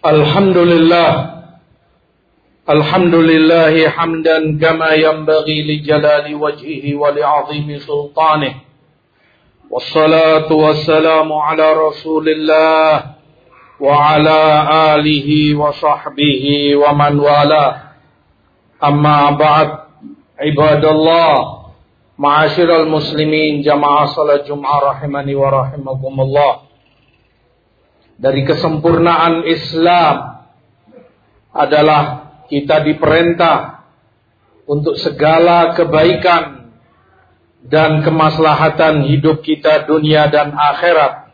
Alhamdulillahi hamdan kama yanbaghi li jalali wajhihi wa li 'azimi sultanihi. Wassalatu wassalamu ala Rasulillah wa ala alihi wa sahbihi wa man wala. Amma ba'd, ibadallah, ma'asyiral muslimin, jamaah salat Jum'ah rahimani wa rahimakumullah. Dari kesempurnaan Islam adalah kita diperintah untuk segala kebaikan dan kemaslahatan hidup kita dunia dan akhirat.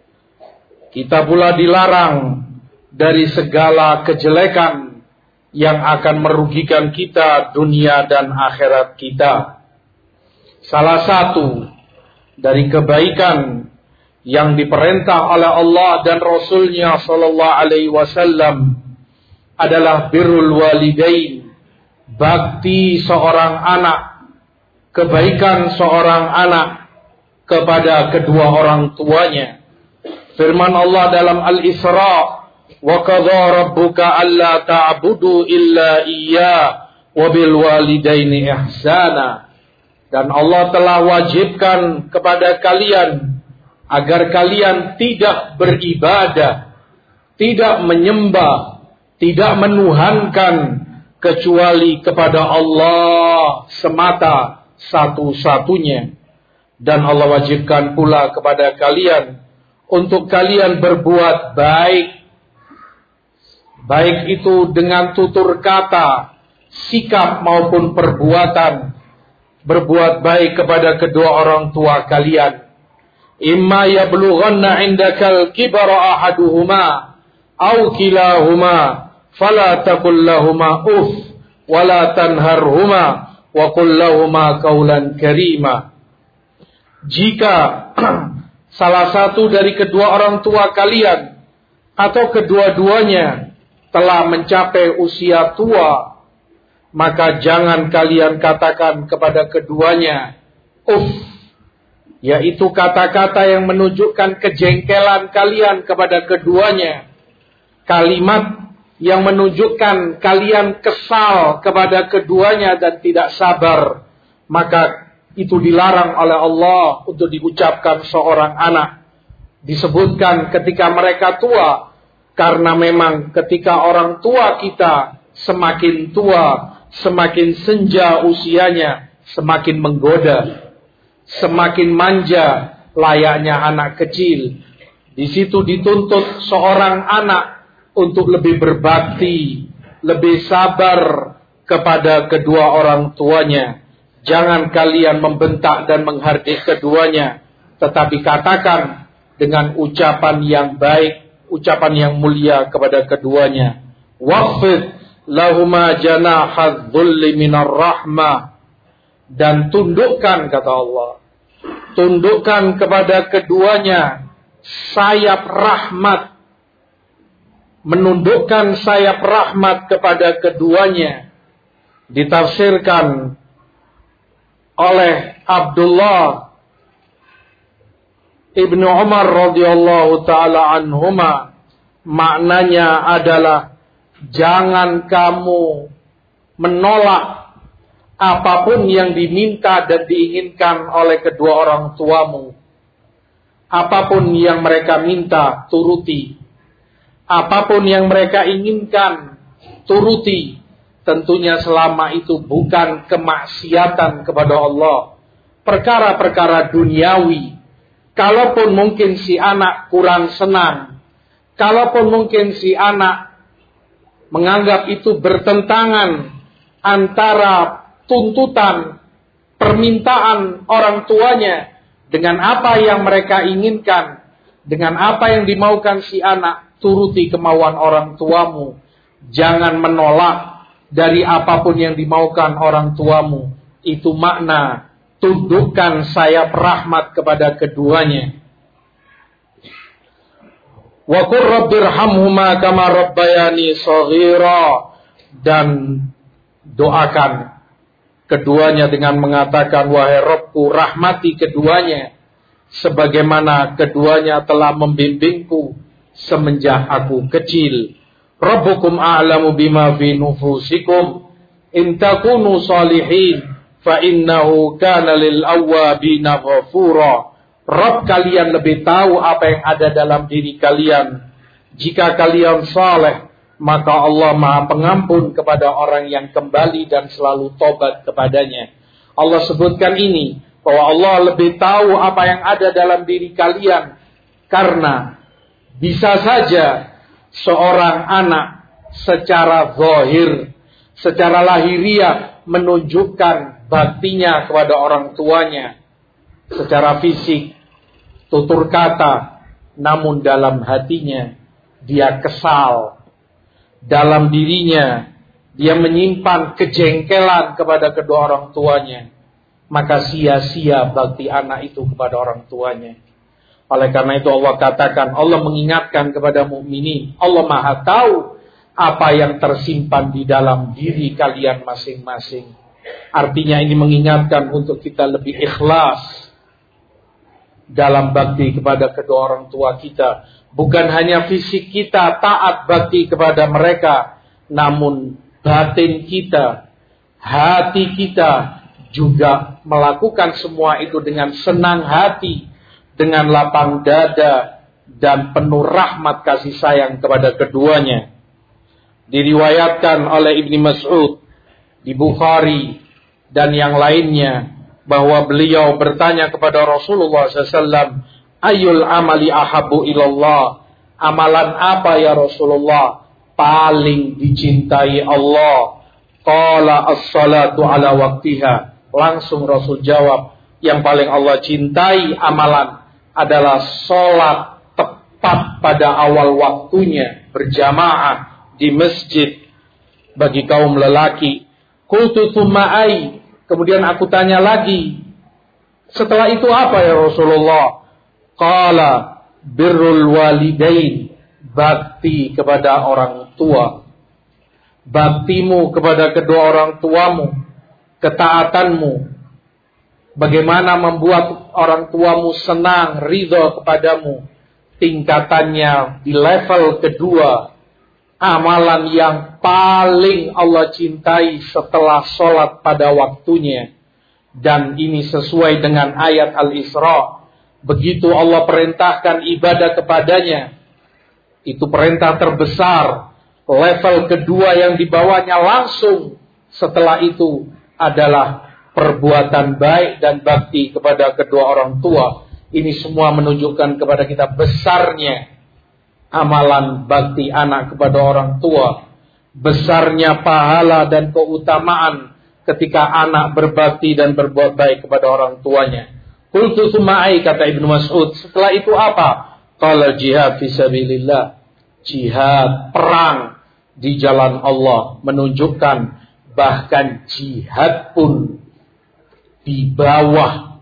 Kita pula dilarang dari segala kejelekan yang akan merugikan kita dunia dan akhirat kita. Salah satu dari kebaikan yang diperintah oleh Allah dan Rasulnya sallallahu alaihi wasallam adalah birrul walidain, bakti seorang anak, kebaikan seorang anak kepada kedua orang tuanya. Firman Allah dalam Al-Isra, wa qadha rabbuka alla ta'budu illa iyyah wa bil walidaini ihsana. Dan Allah telah wajibkan kepada kalian agar kalian tidak beribadah, tidak menyembah, tidak menuhankan kecuali kepada Allah semata satu-satunya. Dan Allah wajibkan pula kepada kalian untuk kalian berbuat baik. Baik itu dengan tutur kata, sikap maupun perbuatan. Berbuat baik kepada kedua orang tua kalian. Imma yablughanna 'indakal kibara ahaduhuma aw kilahuma fala taqul lahumā uff wa la tanharhumā wa qul lahumā qawlan karīmā. Jika salah satu dari kedua orang tua kalian atau kedua-duanya telah mencapai usia tua, maka jangan kalian katakan kepada keduanya uff, yaitu kata-kata yang menunjukkan kejengkelan kalian kepada keduanya, kalimat yang menunjukkan kalian kesal kepada keduanya dan tidak sabar. Maka itu dilarang oleh Allah untuk diucapkan seorang anak. Disebutkan ketika mereka tua, karena memang ketika orang tua kita semakin tua, semakin senja usianya, semakin menggoda, semakin manja layaknya anak kecil. Di situ dituntut seorang anak untuk lebih berbakti, lebih sabar kepada kedua orang tuanya. Jangan kalian membentak dan menghardik keduanya, tetapi katakan dengan ucapan yang baik, ucapan yang mulia kepada keduanya. Waqfid lahuma janahadz dhulli minar rahmah. Dan tundukkan, kata Allah, tundukkan kepada keduanya sayap rahmat, menundukkan sayap rahmat kepada keduanya. Ditafsirkan oleh Abdullah Ibnu Umar radhiyallahu taala anhuma, maknanya adalah jangan kamu menolak apapun yang diminta dan diinginkan oleh kedua orang tuamu. Apapun yang mereka minta, turuti. Apapun yang mereka inginkan, turuti. Tentunya selama itu bukan kemaksiatan kepada Allah. Perkara-perkara duniawi. Kalaupun mungkin si anak kurang senang, kalaupun mungkin si anak menganggap itu bertentangan antara tuntutan, permintaan orang tuanya dengan apa yang mereka inginkan, dengan apa yang dimaukan si anak, turuti kemauan orang tuamu. Jangan menolak dari apapun yang dimaukan orang tuamu. Itu makna tundukkan sayap rahmat kepada keduanya. Wa qur rabbirhamhuma kama rabbayani shaghira. Dan doakan keduanya dengan mengatakan, wahai Rabbku, rahmati keduanya sebagaimana keduanya telah membimbingku semenjak aku kecil. Rabbukum a'lamu bima fi nufusikum in takunu salihin fa innahu kana lil awwabina ghafura. Rabb kalian lebih tahu apa yang ada dalam diri kalian. Jika kalian saleh, maka Allah Maha Pengampun kepada orang yang kembali dan selalu tobat kepadanya. Allah sebutkan ini, bahwa Allah lebih tahu apa yang ada dalam diri kalian. Karena bisa saja seorang anak secara zahir, secara lahiriah menunjukkan baktinya kepada orang tuanya. Secara fisik, tutur kata, namun dalam hatinya dia kesal. Dalam dirinya dia menyimpan kejengkelan kepada kedua orang tuanya. Maka sia-sia bakti anak itu kepada orang tuanya. Oleh karena itu Allah katakan, Allah mengingatkan kepada mukminin, Allah Maha tahu apa yang tersimpan di dalam diri kalian masing-masing. Artinya ini mengingatkan untuk kita lebih ikhlas dalam bakti kepada kedua orang tua kita. Bukan hanya fisik kita taat bakti kepada mereka, namun batin kita, hati kita juga melakukan semua itu dengan senang hati, dengan lapang dada, dan penuh rahmat kasih sayang kepada keduanya. Diriwayatkan oleh Ibnu Mas'ud di Bukhari dan yang lainnya, bahwa beliau bertanya kepada Rasulullah SAW, Ayul amali ahabbu ilallah, amalan apa ya Rasulullah paling dicintai Allah? Qala as-salatu ala waktiha. Langsung Rasul jawab, yang paling Allah cintai amalan adalah sholat tepat pada awal waktunya, berjamaah di masjid bagi kaum lelaki. Qultu tsumma ai. Kemudian aku tanya lagi, setelah itu apa ya Rasulullah? Qala birrul walidain, bakti kepada orang tua. Baktimu kepada kedua orang tuamu, ketaatanmu, bagaimana membuat orang tuamu senang, ridho kepadamu, tingkatannya di level kedua. Amalan yang paling Allah cintai setelah sholat pada waktunya. Dan ini sesuai dengan ayat Al-Isra. Begitu Allah perintahkan ibadah kepadanya, itu perintah terbesar. Level kedua yang dibawanya langsung setelah itu adalah perbuatan baik dan bakti kepada kedua orang tua. Ini semua menunjukkan kepada kita besarnya amalan bakti anak kepada orang tua, besarnya pahala dan keutamaan ketika anak berbakti dan berbuat baik kepada orang tuanya. Qultu tsumma ai, kata Ibnu Mas'ud, setelah itu apa? Qala jihad fisabilillah, jihad, perang di jalan Allah. Menunjukkan bahkan jihad pun di bawah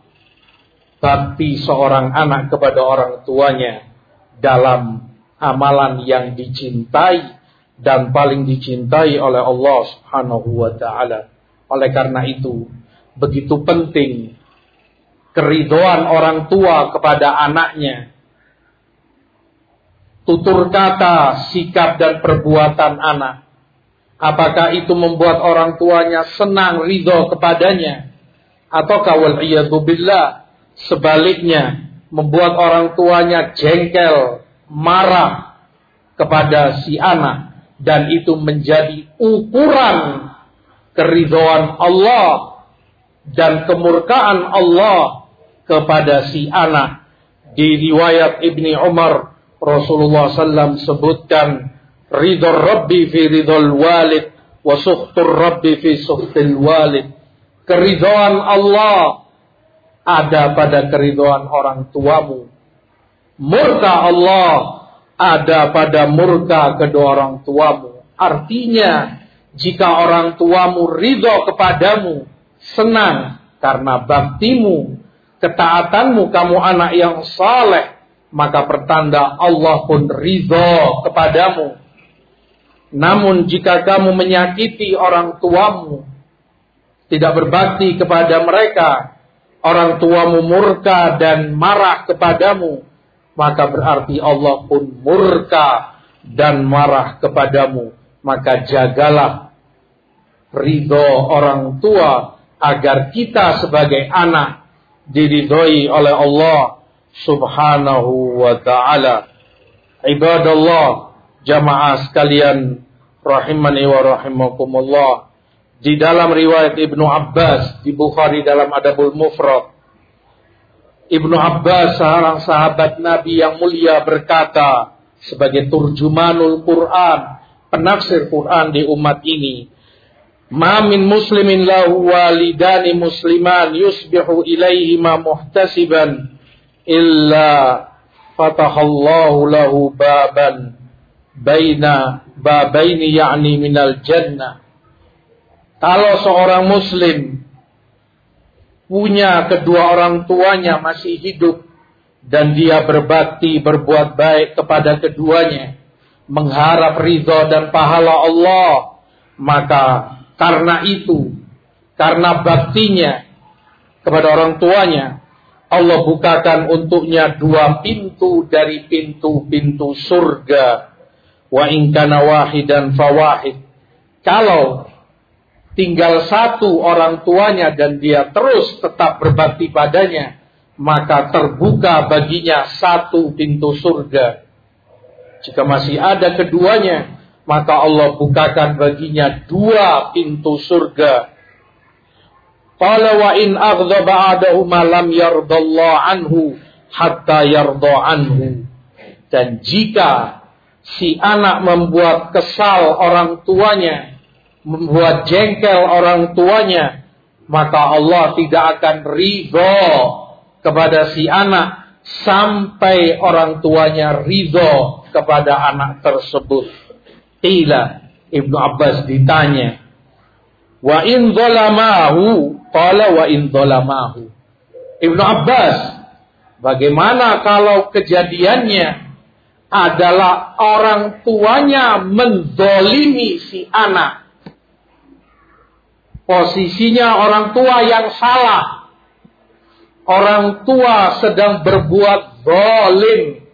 bakti seorang anak kepada orang tuanya dalam amalan yang dicintai dan paling dicintai oleh Allah Subhanahu wa ta'ala. Oleh karena itu, begitu penting keridhaan orang tua kepada anaknya. Tutur kata, sikap dan perbuatan anak, apakah itu membuat orang tuanya senang, ridho kepadanya, ataukah wal'iyadzu billah sebaliknya membuat orang tuanya jengkel, marah kepada si anak, dan itu menjadi ukuran keridhaan Allah dan kemurkaan Allah kepada si anak. Di riwayat Ibni Umar, Rasulullah SAW sebutkan, ridho Rabbi fi ridhol walid wa sukhtur Rabbi fi sukhtil walid. Keridhaan Allah ada pada keridhaan orang tuamu. Murka Allah ada pada murka kedua orang tuamu. Artinya, jika orang tuamu ridho kepadamu, senang karena baktimu, ketaatanmu, kamu anak yang saleh, maka pertanda Allah pun ridho kepadamu. Namun jika kamu menyakiti orang tuamu, tidak berbakti kepada mereka, orang tuamu murka dan marah kepadamu, maka berarti Allah pun murka dan marah kepadamu, maka jagalah ridho orang tua agar kita sebagai anak diridhoi oleh Allah Subhanahu wa ta'ala. Ibadallah, jamaah sekalian rahimani wa rahimakumullah. Di dalam riwayat Ibnu Abbas di Bukhari dalam Adabul Mufrad, Ibnu Abbas seorang sahabat Nabi yang mulia berkata sebagai turjumanul Quran, penafsir Quran di umat ini, "Ma min muslimin lahu walidani musliman yusbihu ilaihima muhtasiban illa fatahallahu lahu baban baina babaini ya'ni minal jannah." Kalau seorang muslim punya kedua orang tuanya masih hidup dan dia berbakti, berbuat baik kepada keduanya, mengharap ridha dan pahala Allah, maka karena itu, karena baktinya kepada orang tuanya, Allah bukakan untuknya dua pintu dari pintu-pintu surga. Wa in kana wahidan fawahid. Kalau tinggal satu orang tuanya dan dia terus tetap berbakti padanya, maka terbuka baginya satu pintu surga. Jika masih ada keduanya, maka Allah bukakan baginya dua pintu surga. Qala wa in aghdaba adahuma lam yardallahu anhu hatta yarda anhu. Dan jika si anak membuat kesal orang tuanya, membuat jengkel orang tuanya, maka Allah tidak akan ridho kepada si anak sampai orang tuanya ridho kepada anak tersebut. Qila, Ibnu Abbas ditanya, wa in zalamahu, qala wa in zalamahu. Ibnu Abbas, bagaimana kalau kejadiannya adalah orang tuanya menzalimi si anak? Posisinya orang tua yang salah. Orang tua sedang berbuat zalim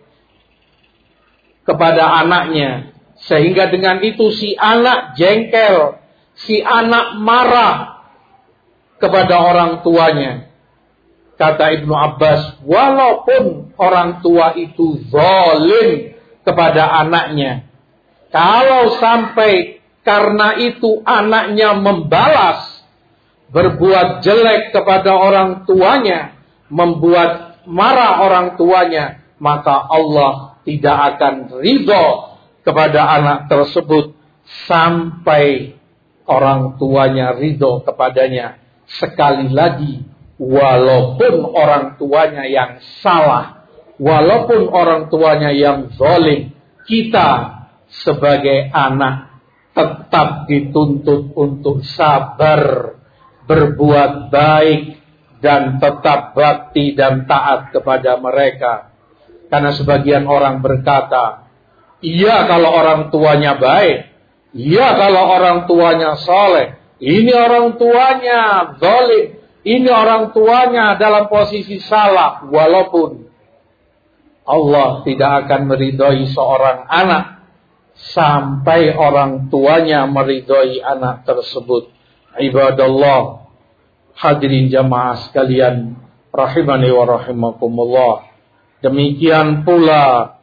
kepada anaknya. Sehingga dengan itu si anak jengkel, si anak marah kepada orang tuanya. Kata Ibnu Abbas, walaupun orang tua itu zalim kepada anaknya, kalau sampai karena itu anaknya membalas, berbuat jelek kepada orang tuanya, membuat marah orang tuanya, maka Allah tidak akan ridho kepada anak tersebut sampai orang tuanya ridho kepadanya. Sekali lagi, walaupun orang tuanya yang salah, walaupun orang tuanya yang zalim, kita sebagai anak tetap dituntut untuk sabar, berbuat baik, dan tetap bakti dan taat kepada mereka. Karena sebagian orang berkata, iya kalau orang tuanya baik, iya kalau orang tuanya saleh, ini orang tuanya zalim, ini orang tuanya dalam posisi salah. Walaupun Allah tidak akan meridhoi seorang anak sampai orang tuanya meridhoi anak tersebut. Ibadallah, hadirin jamaah sekalian rahimani wa rahimakumullah. Demikian pula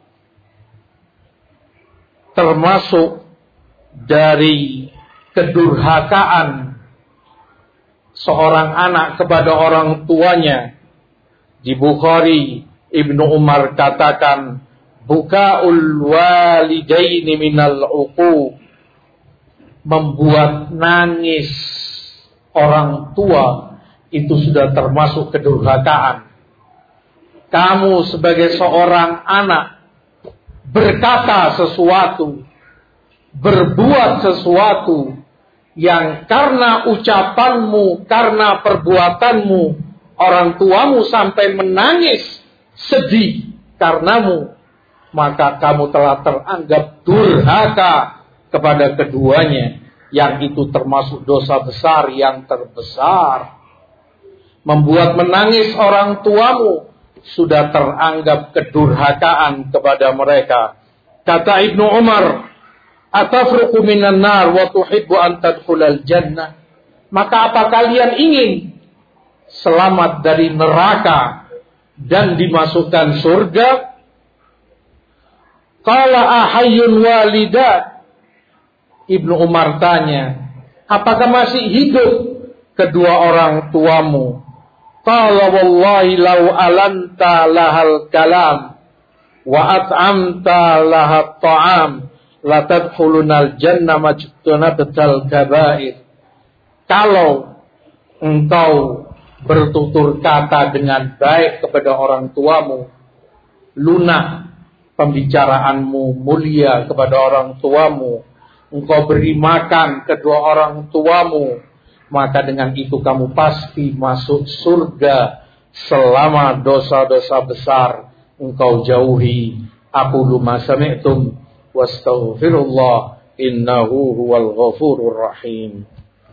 termasuk dari kedurhakaan seorang anak kepada orang tuanya. Di Bukhari, Ibnu Umar katakan, bukaul walidaini minal uquq, membuat nangis orang tua itu sudah termasuk kedurhakaan. Kamu sebagai seorang anak berkata sesuatu, berbuat sesuatu yang karena ucapanmu, karena perbuatanmu, orang tuamu sampai menangis, sedih karenamu, maka kamu telah teranggap durhaka kepada keduanya, yang itu termasuk dosa besar yang terbesar. Membuat menangis orang tuamu sudah teranggap kedurhakaan kepada mereka. Kata Ibnu Umar, atafruqu minan nar wa tuhibbu an tadkhulal jannah? Maka apa kalian ingin selamat dari neraka dan dimasukkan surga? Qala ahayyun walidat. Ibnu Umar tanya, apakah masih hidup kedua orang tuamu? Qala wallahi law alanta lahal kalam wa at'amta lahat ta'am la tadkhulunal jannah majtanabatal kabair. Kalau engkau bertutur kata dengan baik kepada orang tuamu, lunak pembicaraanmu mulia kepada orang tuamu, engkau beri makan kedua orang tuamu, maka dengan itu kamu pasti masuk surga selama dosa-dosa besar engkau jauhi. Aqulu ma sami'tum wastaghfirullah innahu huwal ghafurur rahim.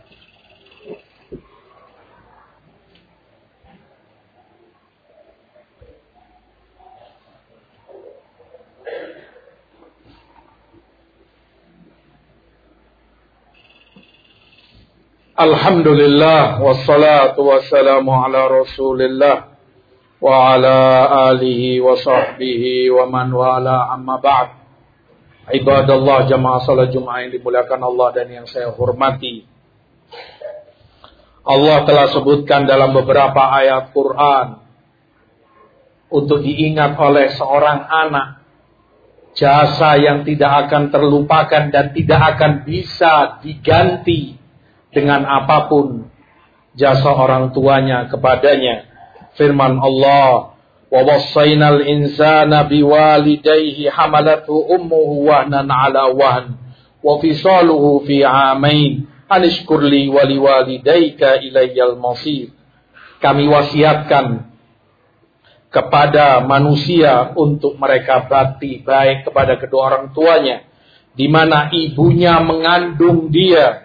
Alhamdulillah wassalatu wassalamu ala Rasulillah wa ala alihi wa sahbihi wa man wala, amma ba'd. Ibadallah, jamaah salat Jumat yang dimuliakan Allah dan yang saya hormati. Allah telah sebutkan dalam beberapa ayat Quran untuk diingat oleh seorang anak, jasa yang tidak akan terlupakan dan tidak akan bisa diganti dengan apapun, jasa orang tuanya kepadanya. Firman Allah, wa wassaynal insana biwalidayhi hamalathu ummuhu wahnan ala wahn wa fisaluhu fi 'amain an ishkur li wa liwalidayka ilayyal masir. Kami wasiatkan kepada manusia untuk mereka bakti baik kepada kedua orang tuanya, di mana ibunya mengandung dia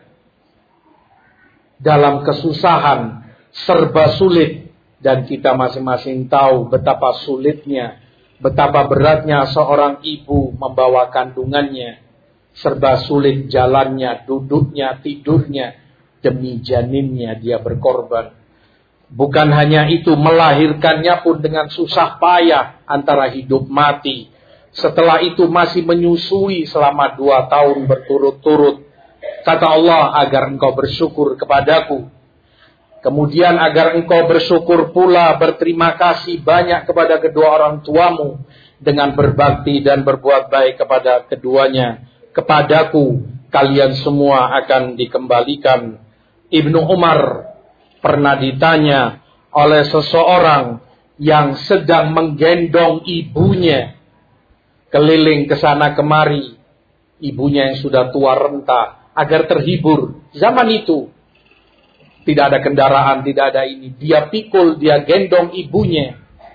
dalam kesusahan, serba sulit, dan kita masing-masing tahu betapa sulitnya, betapa beratnya seorang ibu membawa kandungannya, serba sulit jalannya, duduknya, tidurnya, demi janinnya dia berkorban. Bukan hanya itu, melahirkannya pun dengan susah payah antara hidup mati. Setelah itu masih menyusui selama 2 tahun berturut-turut. Kata Allah, agar engkau bersyukur kepadaku. Kemudian agar engkau bersyukur pula, berterima kasih banyak kepada kedua orang tuamu dengan berbakti dan berbuat baik kepada keduanya. Kepadaku kalian semua akan dikembalikan. Ibnu Umar pernah ditanya oleh seseorang yang sedang menggendong ibunya keliling ke sana kemari. Ibunya yang sudah tua renta, agar terhibur. Zaman itu tidak ada kendaraan, tidak ada ini. Dia pikul, dia gendong ibunya.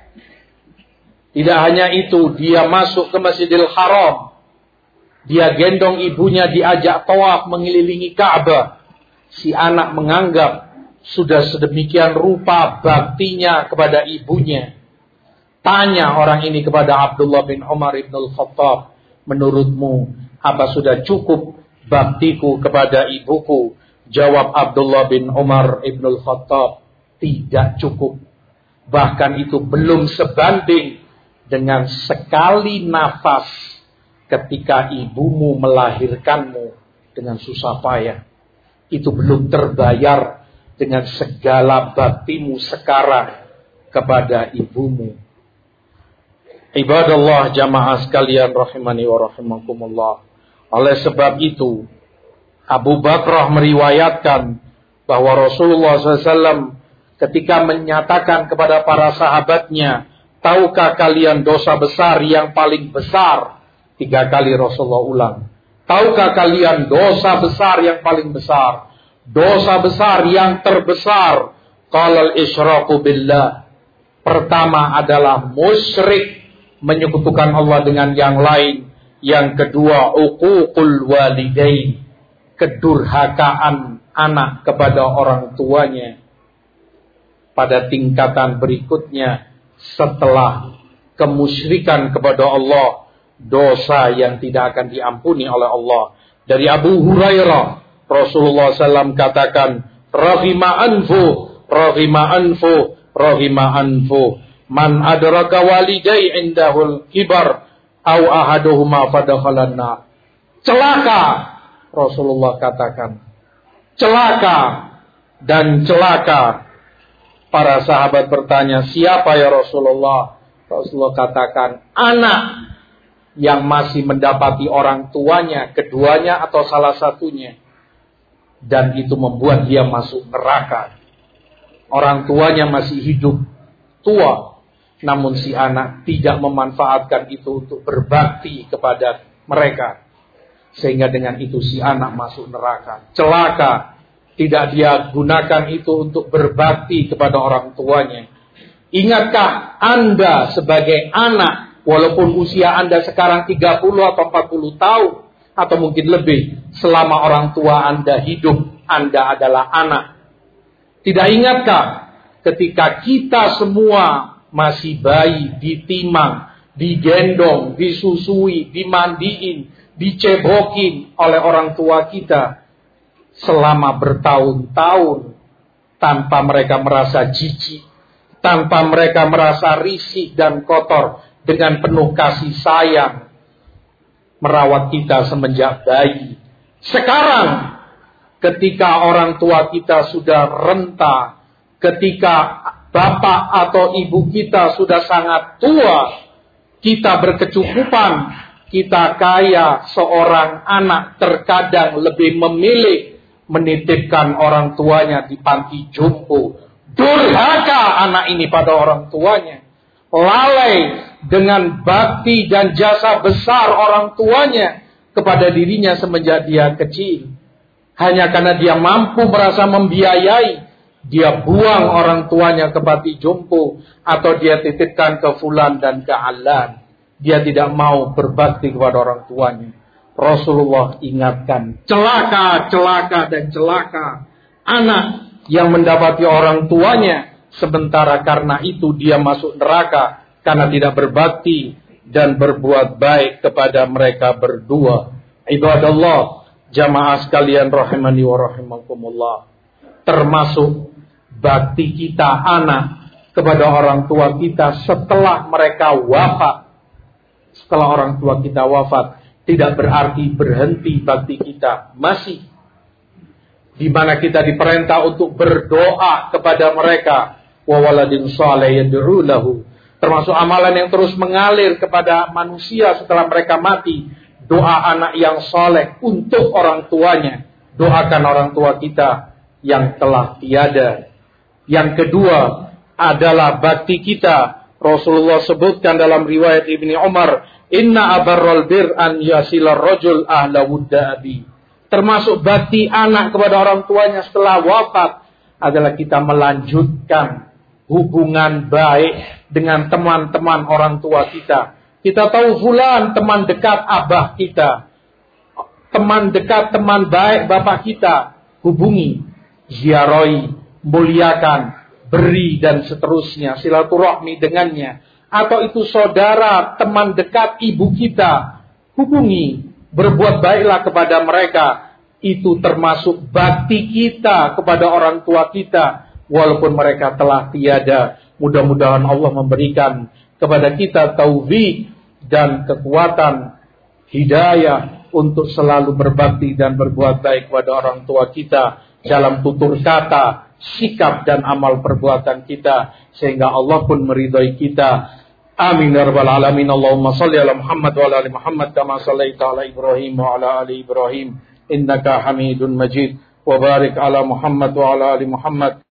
Tidak hanya itu, dia masuk ke Masjidil Haram. Dia gendong ibunya, diajak tawaf mengelilingi Ka'bah. Si anak menganggap sudah sedemikian rupa baktinya kepada ibunya. Tanya orang ini kepada Abdullah bin Umar ibn al-Khattab, menurutmu apa sudah cukup baktiku kepada ibuku? Jawab Abdullah bin Umar ibn al-Khattab, tidak cukup. Bahkan itu belum sebanding dengan sekali nafas ketika ibumu melahirkanmu dengan susah payah. Itu belum terbayar dengan segala baktimu sekarang kepada ibumu. Ibadallah, jamaah sekalian rahimani wa rahimakumullah. Oleh sebab itu, Abu Bakrah meriwayatkan bahwa Rasulullah SAW ketika menyatakan kepada para sahabatnya, tahukah kalian dosa besar yang paling besar? 3 kali Rasulullah ulang. Tahukah kalian dosa besar yang paling besar? Dosa besar yang terbesar. Qala al-isyraku billah. Pertama adalah musyrik, menyekutukan Allah dengan yang lain. Yang kedua, uququl walidain, kedurhakaan anak kepada orang tuanya. Pada tingkatan berikutnya, setelah kemusyrikan kepada Allah, dosa yang tidak akan diampuni oleh Allah. Dari Abu Hurairah, Rasulullah SAW katakan, rahima anfu, man adraka walidai indahul kibar, au ahaduhuma fadakhalan nar. Celaka, Rasulullah katakan, celaka dan celaka. Para sahabat bertanya, siapa ya Rasulullah? Rasulullah katakan, anak yang masih mendapati orang tuanya, keduanya atau salah satunya, dan itu membuat dia masuk neraka. Orang tuanya masih hidup, tua, namun si anak tidak memanfaatkan itu untuk berbakti kepada mereka, sehingga dengan itu si anak masuk neraka. Celaka, tidak dia gunakan itu untuk berbakti kepada orang tuanya. Ingatkah Anda sebagai anak, walaupun usia Anda sekarang 30 atau 40 tahun, atau mungkin lebih, selama orang tua Anda hidup, Anda adalah anak. Tidak ingatkah ketika kita semua masih bayi, ditimang, digendong, disusui, dimandiin, dicebokin oleh orang tua kita selama bertahun-tahun, tanpa mereka merasa jijik, tanpa mereka merasa risih dan kotor, dengan penuh kasih sayang merawat kita semenjak bayi. Sekarang ketika orang tua kita sudah renta, ketika bapak atau ibu kita sudah sangat tua, kita berkecukupan, kita kaya, seorang anak terkadang lebih memilih menitipkan orang tuanya di panti jompo. Durhaka anak ini pada orang tuanya, lalai dengan bakti dan jasa besar orang tuanya kepada dirinya semenjak dia kecil. Hanya karena dia mampu merasa membiayai, dia buang orang tuanya ke panti jompo, atau dia titipkan ke fulan dan ke alan. Dia tidak mau berbakti kepada orang tuanya. Rasulullah ingatkan, celaka, celaka dan celaka anak yang mendapati orang tuanya, sementara karena itu dia masuk neraka karena tidak berbakti dan berbuat baik kepada mereka berdua. Ibadallah, jamaah sekalian rahimani wa rahimakumullah, termasuk bakti kita anak kepada orang tua kita setelah mereka wafat. Setelah orang tua kita wafat, tidak berarti berhenti bakti kita. Masih. Di mana kita diperintah untuk berdoa kepada mereka. Wa waladin salih yad'u lahu. Termasuk amalan yang terus mengalir kepada manusia setelah mereka mati. Doa anak yang saleh untuk orang tuanya. Doakan orang tua kita yang telah tiada. Yang kedua adalah bakti kita. Rasulullah sebutkan dalam riwayat Ibni Umar, inna abarral bir an yasilar rajul ahla wudda abi. Termasuk bakti anak kepada orang tuanya setelah wafat adalah kita melanjutkan hubungan baik dengan teman-teman orang tua kita. Kita tahu fulan teman dekat abah kita, teman dekat, teman baik bapak kita, hubungi, ziarahi, muliakan, beri dan seterusnya, silaturahmi dengannya. Atau itu saudara, teman dekat ibu kita, hubungi, berbuat baiklah kepada mereka. Itu termasuk bakti kita kepada orang tua kita, walaupun mereka telah tiada. Mudah-mudahan Allah memberikan kepada kita taufik dan kekuatan, hidayah untuk selalu berbakti dan berbuat baik kepada orang tua kita dalam tutur kata, sikap dan amal perbuatan kita, sehingga Allah pun meridhai kita. Amin ya rabbal alamin. Allahumma shalli ala Muhammad wa ala ali Muhammad kama shallaita ala Ibrahim wa ala ali Ibrahim innaka Hamidun Majid, wa barik ala Muhammad wa ala ali Muhammad